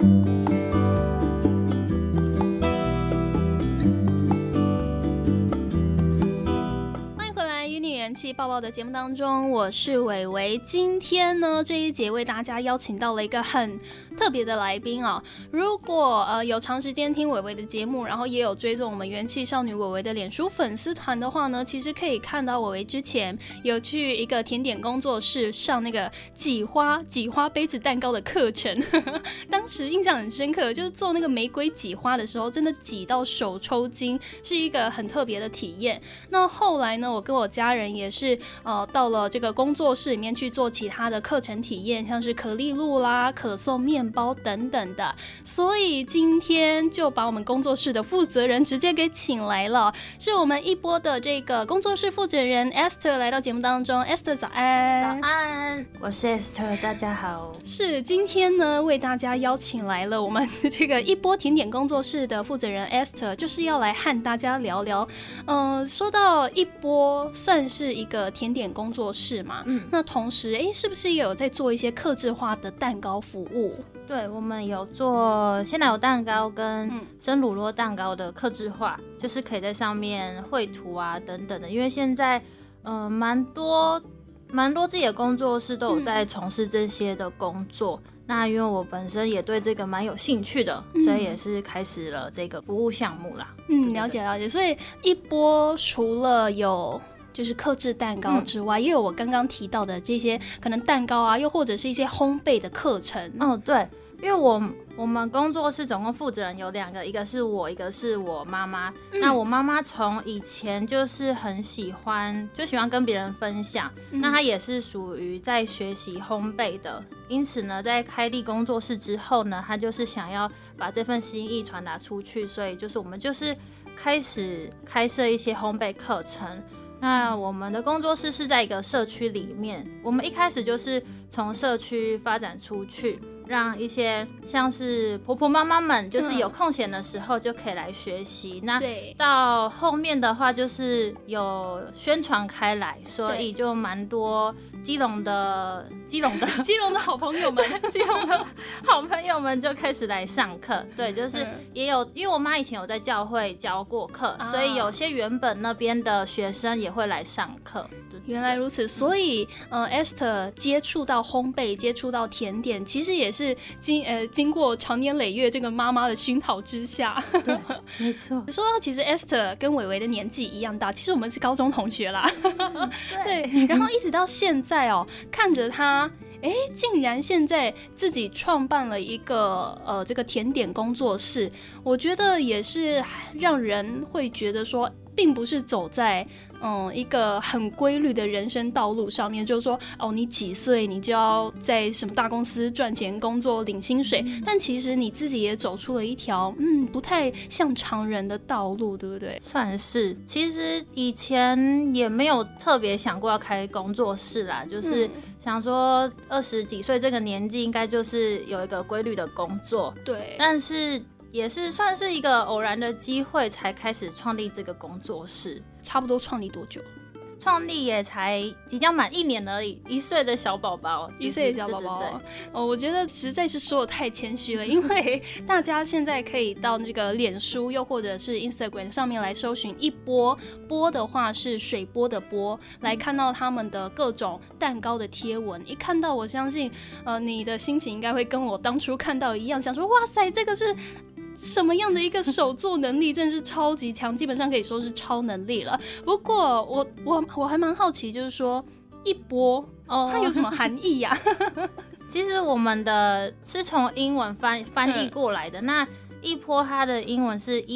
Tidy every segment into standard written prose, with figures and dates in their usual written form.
气爆爆的节目当中，我是伟伟。今天呢，这一节为大家邀请到了一个很特别的来宾啊。如果有长时间听伟伟的节目，然后也有追踪我们元气少女伟伟的脸书粉丝团的话呢，其实可以看到伟伟之前有去一个甜点工作室上那个挤花杯子蛋糕的课程，当时印象很深刻，就是做那个玫瑰挤花的时候，真的挤到手抽筋，是一个很特别的体验。那后来呢，我跟我家人也是到了这个工作室里面去做其他的课程体验，像是可丽露啦、可颂面包等等的。所以今天就把我们工作室的负责人直接给请来了，是我们一波的这个工作室负责人 Esther 来到节目当中。 Esther 早安。 早安，我是 Esther， 大家好。 是今天呢为大家邀请来了我们这个一波甜点工作室的负责人 Esther， 就是要来和大家聊聊说到一波算是一个甜点工作室嘛，那同时是不是也有在做一些客制化的蛋糕服务？ 对，我们有做鲜奶油蛋糕跟生乳酪蛋糕的客制化，就是可以在上面绘图啊等等的，因为现在蛮多自己的工作室都有在从事这些的工作。那因为我本身也对这个蛮有兴趣的，所以也是开始了这个服务项目啦。 了解了解。所以一波除了有就是客制蛋糕之外，也有我刚刚提到的这些可能蛋糕啊，又或者是一些烘焙的课程。 对，因为我们工作室总共负责人有2个，一个是我，一个是我妈妈。那我妈妈从以前就是很喜欢跟别人分享，那她也是属于在学习烘焙的，因此呢，在开立工作室之后呢，她就是想要把这份心意传达出去，所以就是我们就是开始开设一些烘焙课程。那我们的工作室是在一个社区里面，我们一开始就是从社区发展出去，让一些像是婆婆妈妈们就是有空闲的时候就可以来学习。那到后面的话就是有宣传开来，所以就蛮多基隆的好朋友们基隆的好朋友们就开始来上课。对，就是也有，因为我妈以前有在教会教过课，所以有些原本那边的学生也会来上课。 原来如此。所以Esther 接触到烘焙，接触到甜点，其实也是经过长年累月这个妈妈的熏陶之下。 对，没错。 说到其实 Esther 跟伟伟的年纪一样大，其实我们是高中同学啦。对，然后一直到现在看着她竟然现在自己创办了一个这个甜点工作室，我觉得也是让人会觉得说并不是走在一个很规律的人生道路上面，就是说你几岁你就要在什么大公司赚钱工作领薪水，但其实你自己也走出了一条不太像常人的道路，对不对？ 算是。其实以前也没有特别想过要开工作室啦，就是想说20几岁这个年纪应该就是有一个规律的工作。对，但是也是算是一个偶然的机会才开始创立这个工作室。 差不多创立多久？ 创立也才即将满1年而已，1岁的小宝宝 ，1岁的小宝宝。我觉得实在是说的太谦虚了，因为大家现在可以到这个脸书又或者是 Instagram 上面来搜寻一波，波的话是水波的波，来看到他们的各种蛋糕的贴文。一看到，我相信你的心情应该会跟我当初看到一样，想说哇塞，这个是什么样的一个手作能力，真的是超级强，基本上可以说是超能力了。不过我还蛮好奇，就是说一波它有什么含义呀？ 其实我们的是从英文翻译过来的。那一波它的英文是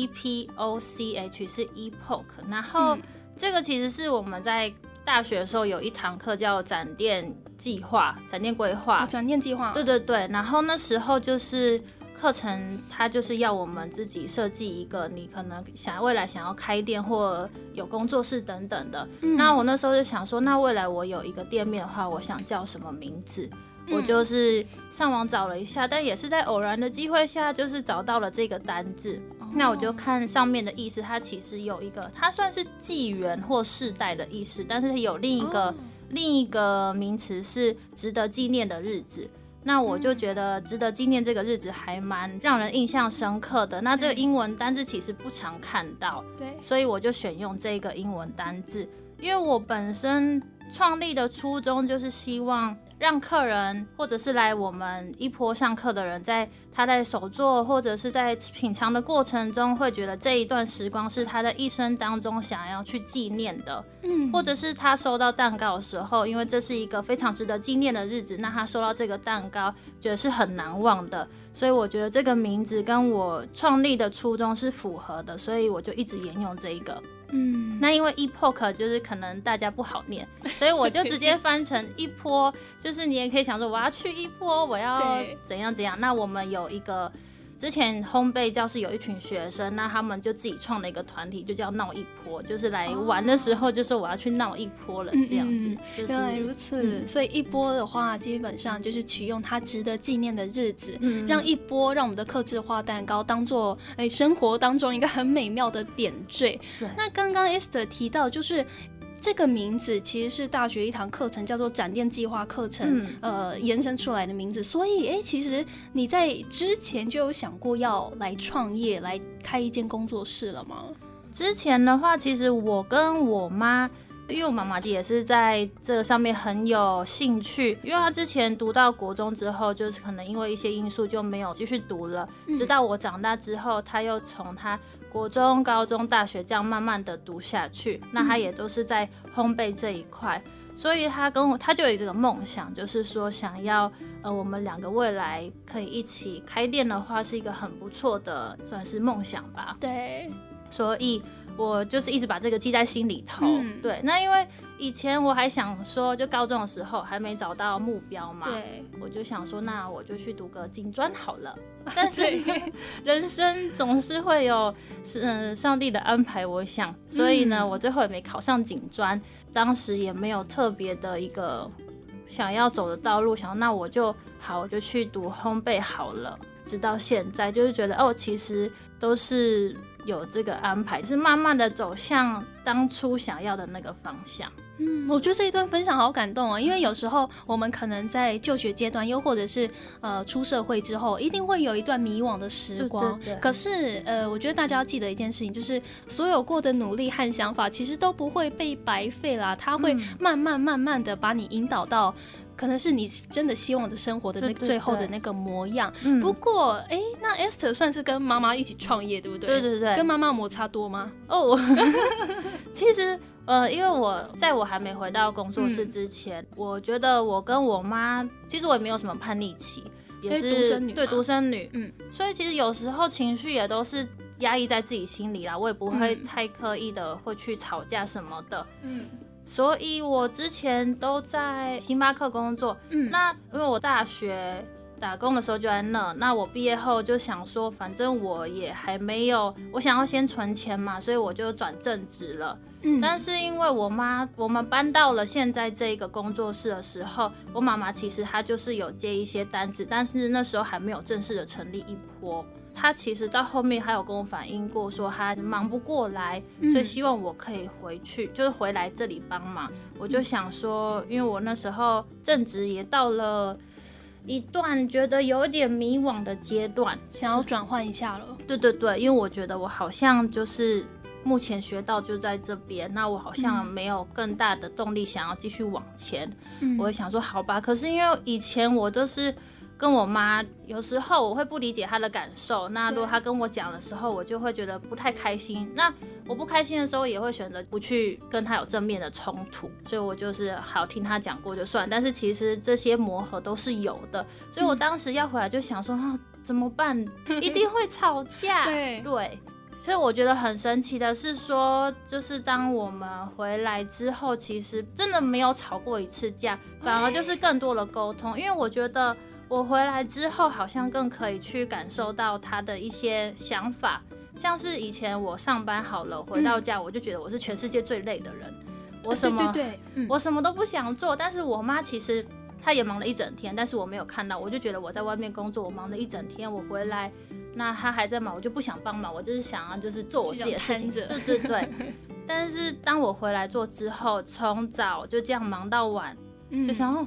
EPOCH， 是 Epoch， 然后这个其实是我们在大学的时候有一堂课叫展店计划、展店规划、 展店计划。 对，然后那时候就是课程，它就是要我们自己设计一个你可能未来想要开店或有工作室等等的。那我那时候就想说，那未来我有一个店面的话，我想叫什么名字？我就是上网找了一下，但也是在偶然的机会下，就是找到了这个单字。那我就看上面的意思，它其实有一个，它算是纪元或世代的意思，但是有另一个名词是值得纪念的日子。 那我就觉得值得纪念这个日子还蛮让人印象深刻的。那这个英文单字其实不常看到， 对， 所以我就选用这个英文单字，因为我本身创立的初衷就是希望让客人或者是来我们一波上课的人，他在手作或者是在品尝的过程中，会觉得这一段时光是他的一生当中想要去纪念的，或者是他收到蛋糕的时候，因为这是一个非常值得纪念的日子，那他收到这个蛋糕觉得是很难忘的，所以我觉得这个名字跟我创立的初衷是符合的，所以我就一直沿用这一个。那因为 epoch 就是可能大家不好念，所以我就直接翻成一波，就是你也可以想说我要去一波，我要怎样怎样。那我们有一个之前烘焙教室有一群学生，那他们就自己创了一个团体，就叫闹一波，就是来玩的时候就说我要去闹一波了这样子。 原来如此，所以一波的话基本上就是取用它值得纪念的日子，让一波让我们的客制化蛋糕当做生活当中一个很美妙的点缀。那刚刚 Esther 提到就是这个名字其实是大学一堂课程叫做展店计划课程延伸出来的名字，所以其实你在之前就有想过要来创业来开一间工作室了吗？ 之前的话其实我跟我妈，因为我妈妈也是在这个上面很有兴趣，因为她之前读到国中之后，就是可能因为一些因素就没有继续读了，直到我长大之后，她又从她国中、高中、大学这样慢慢的读下去，那她也都是在烘焙这一块，所以她就有这个梦想，就是说想要我们两个未来可以一起开店的话，是一个很不错的算是梦想吧。 对， 所以我就是一直把这个记在心里头。对，那因为以前我还想说，就高中的时候还没找到目标嘛，对，我就想说，那我就去读个警专好了。但是人生总是会有上帝的安排，我想，所以呢，我最后也没考上警专，当时也没有特别的一个想要走的道路，想那我就去读烘焙好了。直到现在，就是觉得其实都是有这个安排，是慢慢的走向当初想要的那个方向。 我觉得这一段分享好感动因为有时候我们可能在就学阶段，又或者是出社会之后，一定会有一段迷惘的时光。对，可是我觉得大家要记得一件事情，就是所有过的努力和想法，其实都不会被白费啦，它会慢慢的把你引导到。可能是你真的希望的生活的那最后的那个模样。不过那 Esther 算是跟妈妈一起创业对不对？对，跟妈妈摩擦多吗？ 其实因为我还没回到工作室之前，我觉得我跟我妈其实我也没有什么叛逆期，也是独生女， 对，独生女，所以其实有时候情绪也都是压抑在自己心里啦，我也不会太刻意的会去吵架什么的。所以我之前都在星巴克工作，那因为我大学打工的时候就在那我毕业后就想说，反正我也还没有，我想要先存钱嘛，所以我就转正职了。但是因为我们搬到了现在这个工作室的时候，我妈妈其实她就是有接一些单子，但是那时候还没有正式的成立一波。他其实到后面还有跟我反映过，说他忙不过来，所以希望我可以回去，就是回来这里帮忙。我就想说，因为我那时候正职也到了一段觉得有点迷惘的阶段， 想要转换一下了。 对，因为我觉得我好像就是目前学到就在这边，那我好像没有更大的动力想要继续往前。我会想说，好吧，可是因为以前我都是跟我妈，有时候我会不理解她的感受，那如果她跟我讲的时候，我就会觉得不太开心，那我不开心的时候也会选择不去跟她有正面的冲突，所以我就是好听她讲过就算，但是其实这些磨合都是有的，所以我当时要回来就想说怎么办，一定会吵架。对，所以我觉得很神奇的是说，就是当我们回来之后，其实真的没有吵过一次架，反而就是更多的沟通，因为我觉得我回来之后好像更可以去感受到他的一些想法，像是以前我上班好了，回到家我就觉得我是全世界最累的人，我什么都不想做，但是我妈其实她也忙了一整天，但是我没有看到，我就觉得我在外面工作，我忙了一整天，我回来那她还在忙，我就不想帮忙，我就是想要就是做我自己的事情。对。但是当我回来做之后，从早就这样忙到晚，就想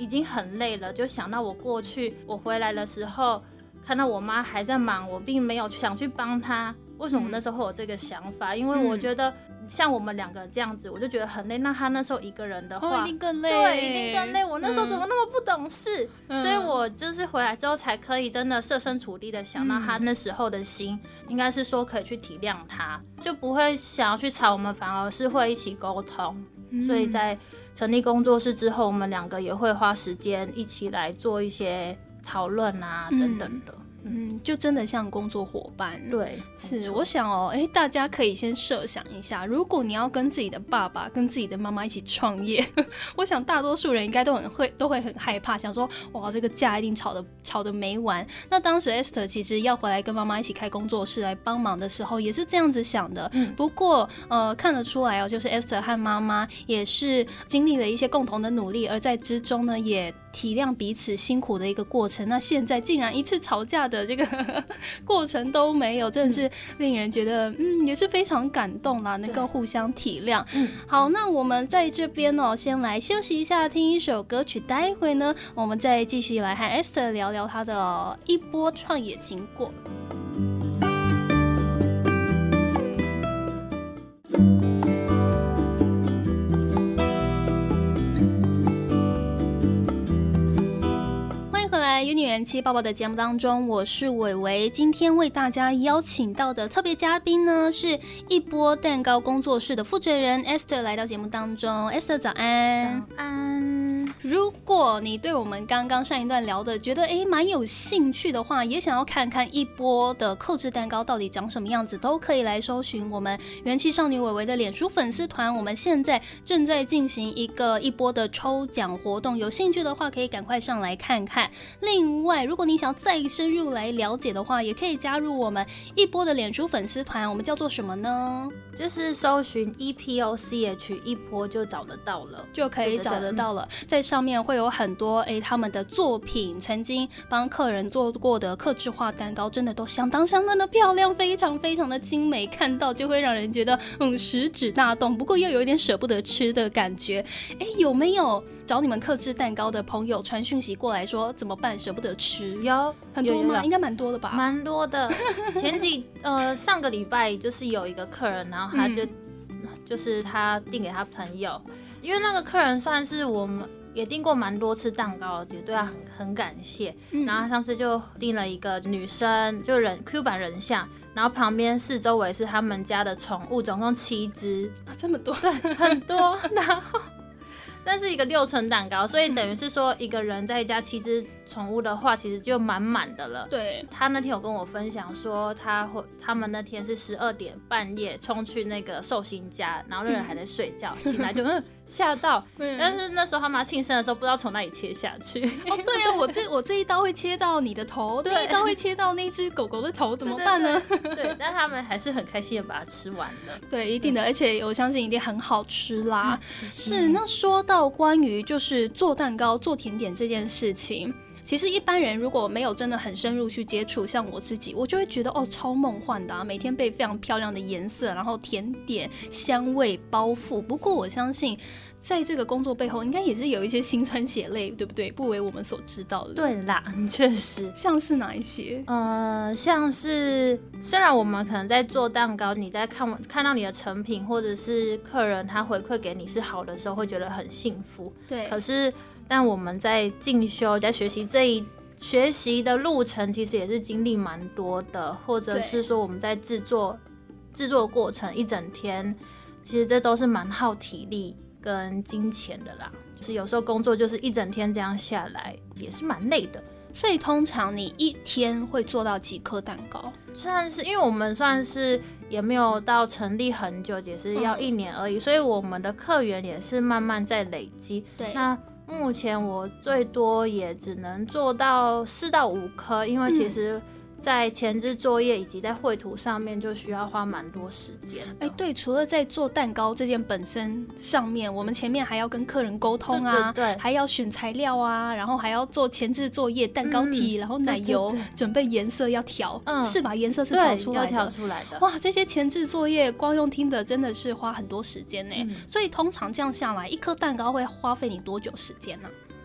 已经很累了，就想到我过去我回来的时候，看到我妈还在忙，我并没有想去帮她。为什么我那时候会有这个想法？因为我觉得像我们两个这样子，我就觉得很累。那她那时候一个人的话， 一定更累， 对，一定更累。我那时候怎么那么不懂事？所以我就是回来之后才可以真的设身处地的想到她那时候的心，应该是说可以去体谅她，就不会想要去吵我们，反而是会一起沟通。所以在成立工作室之后，我们两个也会花时间一起来做一些讨论啊等等的。 就真的像工作伙伴。 对， 是我想大家可以先设想一下，如果你要跟自己的爸爸跟自己的妈妈一起创业，我想大多数人应该都会很害怕，想说哇，这个架一定吵得没完。那当时 Esther 其实要回来跟妈妈一起开工作室来帮忙的时候，也是这样子想的。不过看得出来就是 Esther 和妈妈也是经历了一些共同的努力，而在之中呢也体谅彼此辛苦的一个过程。那现在竟然一次吵架的这个过程都没有，真的是令人觉得也是非常感动啦，能够互相体谅。好，那我们在这边先来休息一下，听一首歌曲，待会呢我们再继续来和 Esther 聊聊她的一波创业经过。Uni 元气爆爆的节目当中，我是伟伟。今天为大家邀请到的特别嘉宾呢，是一波蛋糕工作室的负责人 Esther 来到节目当中。Esther 早安。 早安。 如果你对我们刚刚上一段聊的觉得蛮有兴趣的话，也想要看看一波的客制蛋糕到底长什么样子，都可以来搜寻我们元气少女伟伟的脸书粉丝团。我们现在正在进行一个一波的抽奖活动，有兴趣的话可以赶快上来看看。另外，如果你想要再深入来了解的话，也可以加入我们一波的脸书粉丝团，我们叫做什么呢？ 就是搜寻 EPOCH 一波就找得到了， 就可以找得到了。在上面会有很多他们的作品，曾经帮客人做过的客制化蛋糕，真的都相当的漂亮，非常非常的精美，看到就会让人觉得食指大动，不过又有一点舍不得吃的感觉。有没有找你们客制蛋糕的朋友传讯息过来说怎么办，舍不得吃？ 有很多吗？应该蛮多的吧？ 蛮多的。上个礼拜就是有一个客人，然后他就是他订给他朋友，因为那个客人算是我们也订过蛮多次蛋糕，也对他很感谢。然后他上次就订了一个女生，就Q 版人像，然后旁边四周围是他们家的宠物，总共7只啊，这么多， 对，很多。然后但是一个6层蛋糕，所以等于是说一个人再加7只宠物的话，其实就满满的了。 对，他那天有跟我分享说，他们那天是12点半夜冲去那个寿星家，然后那人还在睡觉，醒来就吓到。但是那时候他妈庆生的时候，不知道从哪里切下去。 对啊，我这一刀会切到你的头，那一刀会切到那只狗狗的头，怎么办呢？ 对，但他们还是很开心的把它吃完了。 对，一定的，而且我相信一定很好吃啦。是，那说到关于就是做蛋糕、做甜点这件事情，其实一般人如果没有真的很深入去接触，像我自己，我就会觉得超梦幻的每天被非常漂亮的颜色，然后甜点香味包覆。不过我相信在这个工作背后应该也是有一些辛酸血泪，对不对？不为我们所知道的。 对啦，确实。 像是哪一些？ 像是虽然我们可能在做蛋糕，你在看到你的成品，或者是客人他回馈给你是好的时候，会觉得很幸福。 对。可是但我们在进修、在学习的路程，其实也是经历蛮多的，或者是说我们在制作过程一整天，其实这都是蛮耗体力跟金钱的啦。就是有时候工作就是一整天这样下来，也是蛮累的。 所以通常你一天会做到几颗蛋糕？ 算是，因为我们算是也没有到成立很久，也是要1年而已，所以我们的客源也是慢慢在累积。 对， 那目前我最多也只能做到4到5颗，因为其实在前置作业以及在绘图上面就需要花蛮多时间。 对，除了在做蛋糕这件本身上面，我们前面还要跟客人沟通啊， 对， 还要选材料啊，然后还要做前置作业，蛋糕体，然后奶油，准备颜色要调，是吧？颜色是调出来的， 要调出来的。 哇，这些前置作业光用听的真的是花很多时间呢。所以通常这样下来，一颗蛋糕会花费你多久时间呢？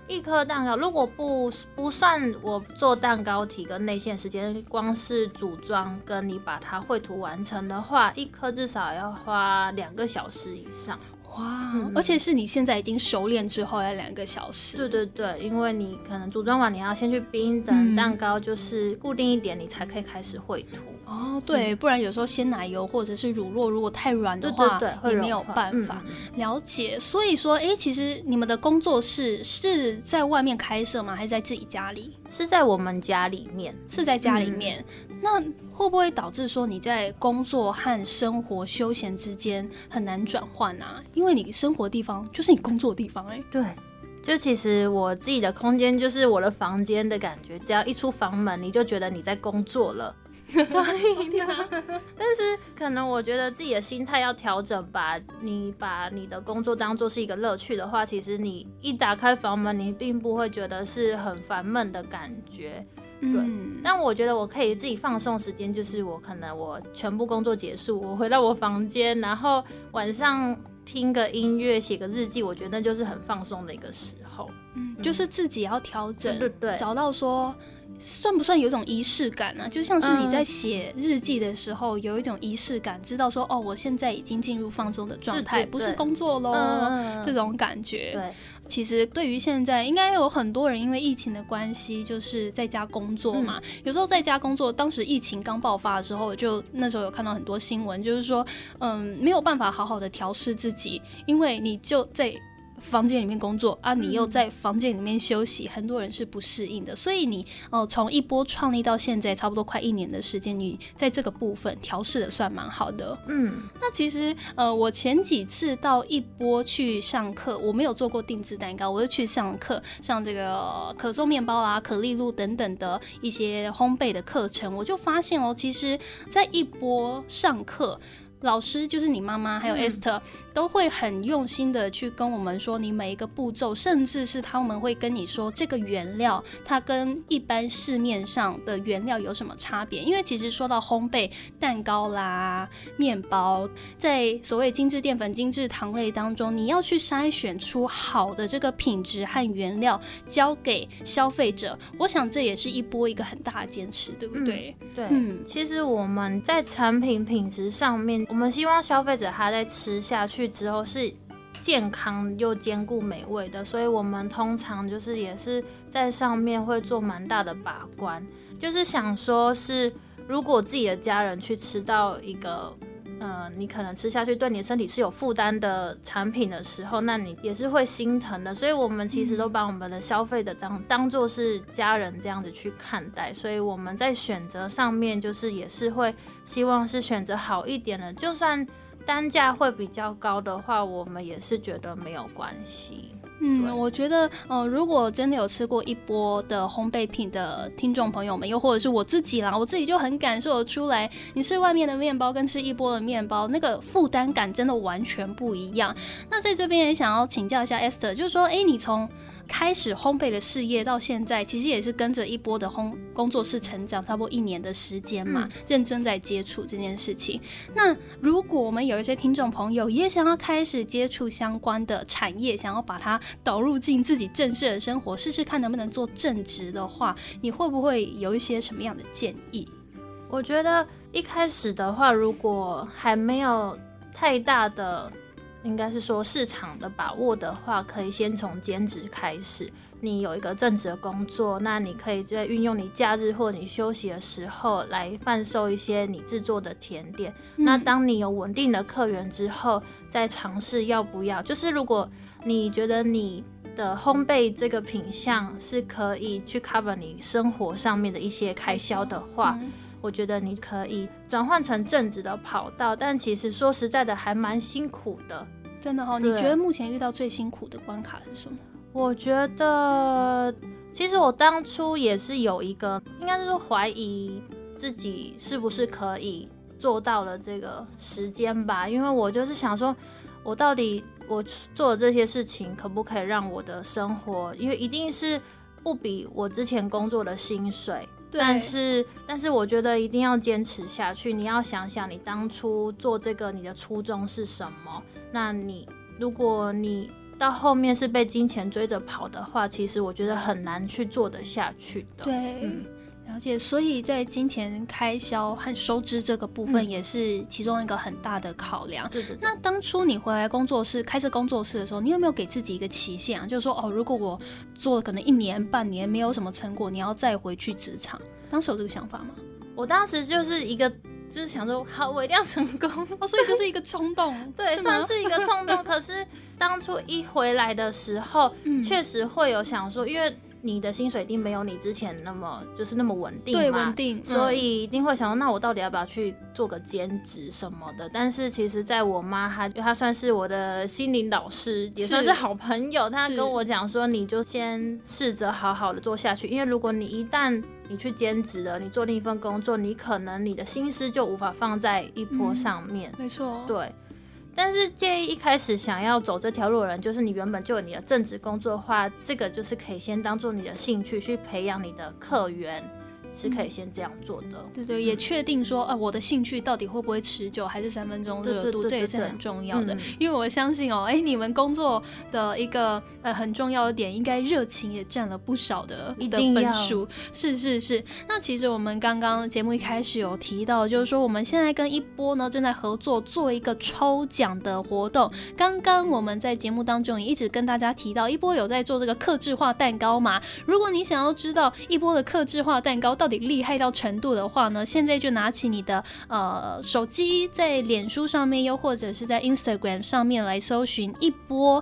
一颗蛋糕，如果不算我做蛋糕体跟内馅时间，光是组装跟你把它绘图完成的话，一颗至少要花2个小时以上。 哇，而且是你现在已经熟练之后要2个小时。 对对对，因为你可能组装完，你要先去冰，等蛋糕就是固定一点，你才可以开始绘图。 哦，对，不然有时候鲜奶油或者是乳酪如果太软的话， 对， 也没有办法。了解。所以说，其实你们的工作室是在外面开设吗？还是在自己家里？ 是在我们家里面。 是在家里面。那会不会导致说你在工作和生活休闲之间很难转换啊？因为你生活的地方就是你工作的地方。 对，就其实我自己的空间就是我的房间的感觉，只要一出房门你就觉得你在工作了。所以呢，但是可能我觉得自己的心态要调整吧。你把你的工作当作是一个乐趣的话，其实你一打开房门，你并不会觉得是很烦闷的感觉。对，但我觉得我可以自己放松时间，就是我全部工作结束，我回到我房间，然后晚上听个音乐，写个日记，我觉得那就是很放松的一个时候。 就是自己要调整， 对， 找到说算不算有一种仪式感啊？就像是你在写日记的时候，有一种仪式感，知道说我现在已经进入放松的状态，不是工作咯，这种感觉。 对， 其实对于现在应该有很多人因为疫情的关系，就是在家工作嘛。有时候在家工作，当时疫情刚爆发的时候，那时候有看到很多新闻，就是说没有办法好好的调试自己，因为你就在房间里面工作啊，你又在房间里面休息，很多人是不适应的。所以你从一波创立到现在差不多快1年的时间，你在这个部分调试的算蛮好的。那其实我前几次到一波去上课，我没有做过定制蛋糕，我是去上课，上这个可颂面包啦、可丽露等等的一些烘焙的课程，我就发现其实在一波上课，老师就是你妈妈还有 Esther 都会很用心的去跟我们说你每一个步骤，甚至是他们会跟你说这个原料它跟一般市面上的原料有什么差别。因为其实说到烘焙蛋糕啦、面包，在所谓精致淀粉、精致糖类当中，你要去筛选出好的这个品质和原料交给消费者，我想这也是一个很大的坚持，对不对？ 对，其实我们在产品品质上面，我们希望消费者他在吃下去之后是健康又兼顾美味的，所以我们通常就是也是在上面会做蛮大的把关，就是想说是如果自己的家人去吃到一个你可能吃下去对你的身体是有负担的产品的时候，那你也是会心疼的。所以我们其实都把我们的消费者当作是家人这样子去看待，所以我们在选择上面就是也是会希望是选择好一点的，就算单价会比较高的话，我们也是觉得没有关系。 我觉得如果真的有吃过一波的烘焙品的听众朋友们，又或者是我自己啦，我自己就很感受得出来，你吃外面的面包跟吃一波的面包，那个负担感真的完全不一样。那在这边也想要请教一下 Esther， 就是说你从开始烘焙的事业到现在，其实也是跟着一波的工作室成长，差不多1年的时间嘛，认真在接触这件事情。那如果我们有一些听众朋友也想要开始接触相关的产业，想要把它导入进自己正式的生活，试试看能不能做正职的话，你会不会有一些什么样的建议？ 我觉得一开始的话，如果还没有太大的应该是说市场的把握的话，可以先从兼职开始。你有一个正职的工作，那你可以在运用你假日或你休息的时候来贩售一些你制作的甜点。那当你有稳定的客源之后，再尝试要不要，就是如果你觉得你的烘焙这个品项是可以去 cover 你生活上面的一些开销的话，我觉得你可以转换成正职的跑道，但其实说实在的还蛮辛苦的。 真的你觉得目前遇到最辛苦的关卡是什么？ 我觉得其实我当初也是有一个应该是说怀疑自己是不是可以做到了这个时间吧，因为我就是想说我到底我做的这些事情可不可以让我的生活，因为一定是不比我之前工作的薪水，但是我觉得一定要坚持下去。你要想想你当初做这个你的初衷是什么，那如果你到后面是被金钱追着跑的话，其实我觉得很难去做得下去的。 对，了解。所以在金钱开销和收支这个部分也是其中一个很大的考量。 对。 那当初你回来工作室开设工作室的时候，你有没有给自己一个期限啊？就是说如果我做了可能1年半年没有什么成果，你要再回去职场，当时有这个想法吗？ 我当时就是想说，好，我一定要成功。 所以这是一个冲动， 对，算是一个冲动。可是当初一回来的时候，确实会有想说，因为你的薪水一定没有你之前那么稳定嘛， 对，稳定， 所以一定会想说，那我到底要不要去做个兼职什么的？但是其实在我妈她算是我的心灵老师，也算是好朋友，她跟我讲说，你就先试着好好的做下去，因为如果你一旦你去兼职了，你做另一份工作，你可能你的心思就无法放在一波上面。 没错， 对。但是建议一开始想要走这条路的人，就是你原本就有你的正职工作的话，这个就是可以先当做你的兴趣去培养你的客源，是可以先这样做的。 对，也确定说我的兴趣到底会不会持久，还是3分钟热度，这也是很重要的。因为我相信你们工作的一个很重要的点，应该热情也占了不少的分数。是。那其实我们刚刚节目一开始有提到，就是说我们现在跟一波呢正在合作做一个抽奖的活动。刚刚我们在节目当中也一直跟大家提到，一波有在做这个客制化蛋糕嘛。如果你想要知道一波的客制化蛋糕到底厉害到程度的话呢，现在就拿起你的手机，在脸书上面又或者是在 Instagram 上面来搜寻一波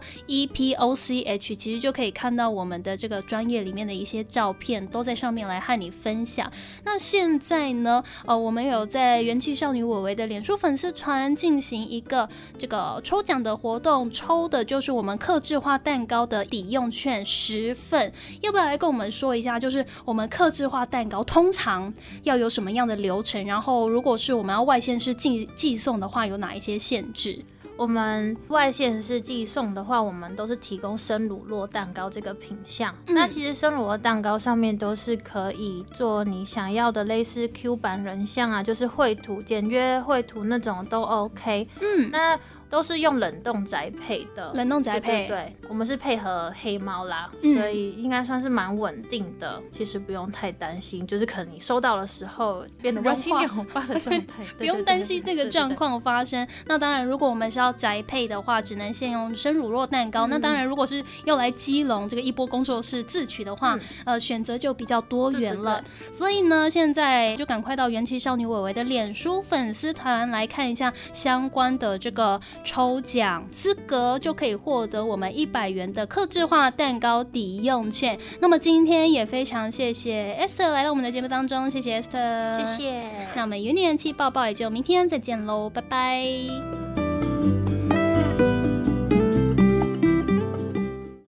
EPOCH， 其实就可以看到我们的这个专页里面的一些照片，都在上面来和你分享。那现在呢我们有在元气少女伟伟的脸书粉丝团进行一个这个抽奖的活动，抽的就是我们客制化蛋糕的抵用券10份。要不要来跟我们说一下，就是我们客制化蛋糕通常要有什么样的流程，然后如果是我们要外县市寄送的话，有哪一些限制？ 我们外县市寄送的话，我们都是提供生乳酪蛋糕这个品项。那其实生乳酪蛋糕上面都是可以做你想要的类似 Q 版人像啊，就是绘图简约绘图那种都 OK。那都是用冷冻宅配的， 冷冻宅配， 对，我们是配合黑猫啦，所以应该算是蛮稳定的。其实不用太担心，就是可能你收到的时候变得歪七扭八的状态， 不用担心这个状况发生。那当然，如果我们是要宅配的话，只能先用生乳酪蛋糕。那当然，如果是要来基隆这个一波工作室自取的话，选择就比较多元了。所以呢，现在就赶快到元气少女伟伟的脸书粉丝团来看一下相关的这个抽奖资格，就可以获得我们100元的客制化蛋糕抵用券。那么今天也非常谢谢 Esther 来到我们的节目当中，谢谢 Esther， 谢谢。 那我们元气爆爆也就明天再见喽，拜拜。